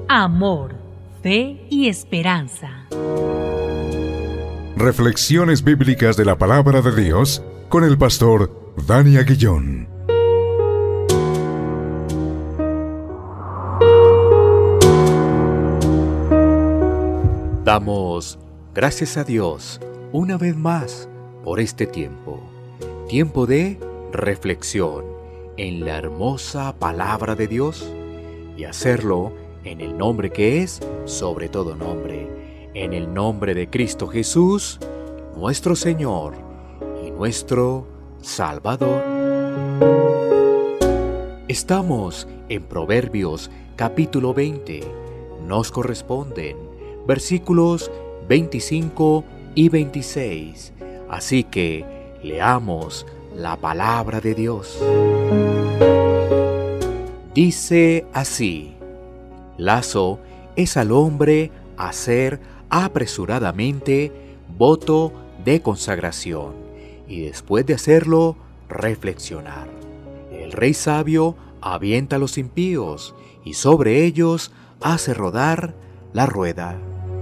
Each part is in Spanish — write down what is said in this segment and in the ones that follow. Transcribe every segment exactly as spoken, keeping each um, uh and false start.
amor, fe y esperanza. Reflexiones bíblicas de la palabra de Dios con el pastor Dani Aguillón. Damos gracias a Dios una vez más por este tiempo, tiempo de reflexión en la hermosa palabra de Dios y hacerlo en el nombre que es sobre todo nombre, en el nombre de Cristo Jesús, nuestro Señor y nuestro Salvador. Estamos en Proverbios capítulo veinte, nos corresponden versículos veinticinco y veintiséis, así que leamos la palabra de Dios. Dice así: lazo es al hombre hacer apresuradamente voto de consagración y después de hacerlo reflexionar. El rey sabio avienta a los impíos y sobre ellos hace rodar la rueda.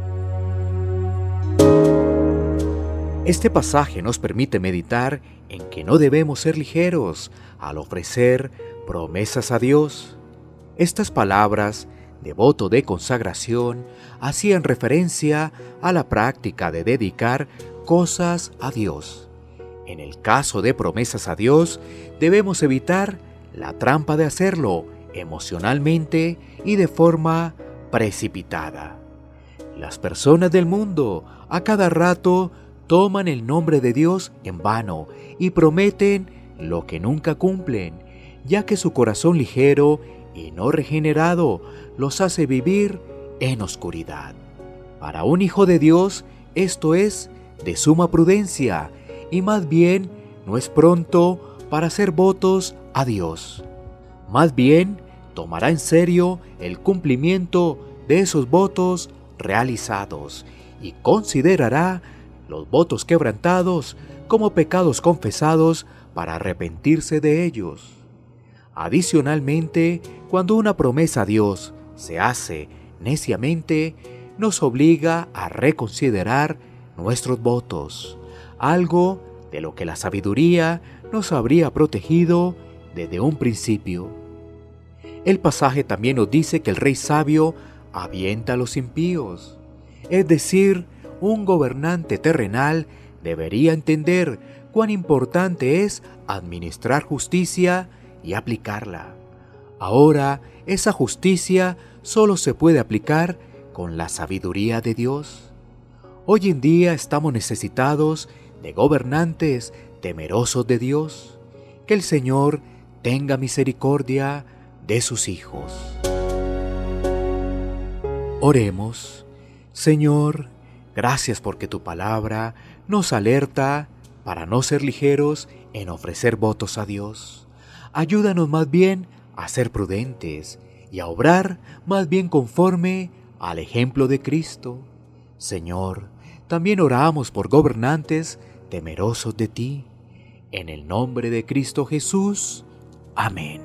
Este pasaje nos permite meditar en que no debemos ser ligeros al ofrecer promesas a Dios. Estas palabras de voto de consagración hacían referencia a la práctica de dedicar cosas a Dios. En el caso de promesas a Dios, debemos evitar la trampa de hacerlo emocionalmente y de forma precipitada. Las personas del mundo a cada rato toman el nombre de Dios en vano y prometen lo que nunca cumplen, ya que su corazón ligero y no regenerado los hace vivir en oscuridad. Para un hijo de Dios, esto es de suma prudencia y más bien no es pronto para hacer votos a Dios. Más bien, tomará en serio el cumplimiento de esos votos realizados y considerará los votos quebrantados como pecados confesados para arrepentirse de ellos. Adicionalmente, cuando una promesa a Dios se hace neciamente, nos obliga a reconsiderar nuestros votos, algo de lo que la sabiduría nos habría protegido desde un principio. El pasaje también nos dice que el rey sabio avienta a los impíos, es decir, un gobernante terrenal debería entender cuán importante es administrar justicia y aplicarla. Ahora, esa justicia solo se puede aplicar con la sabiduría de Dios. Hoy en día estamos necesitados de gobernantes temerosos de Dios. Que el Señor tenga misericordia de sus hijos. Oremos. Señor, gracias porque tu palabra nos alerta para no ser ligeros en ofrecer votos a Dios. Ayúdanos más bien a ser prudentes y a obrar más bien conforme al ejemplo de Cristo. Señor, también oramos por gobernantes temerosos de ti. En el nombre de Cristo Jesús. Amén.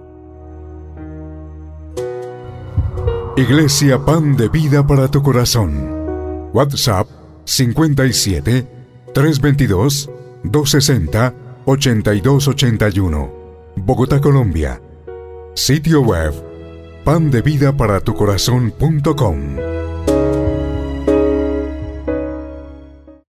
Iglesia Pan de Vida para tu Corazón. WhatsApp cincuenta y siete, trescientos veintidós, doscientos sesenta, ochenta y dos ochenta y uno. Bogotá, Colombia. Sitio web pan de vida para tu corazón punto com.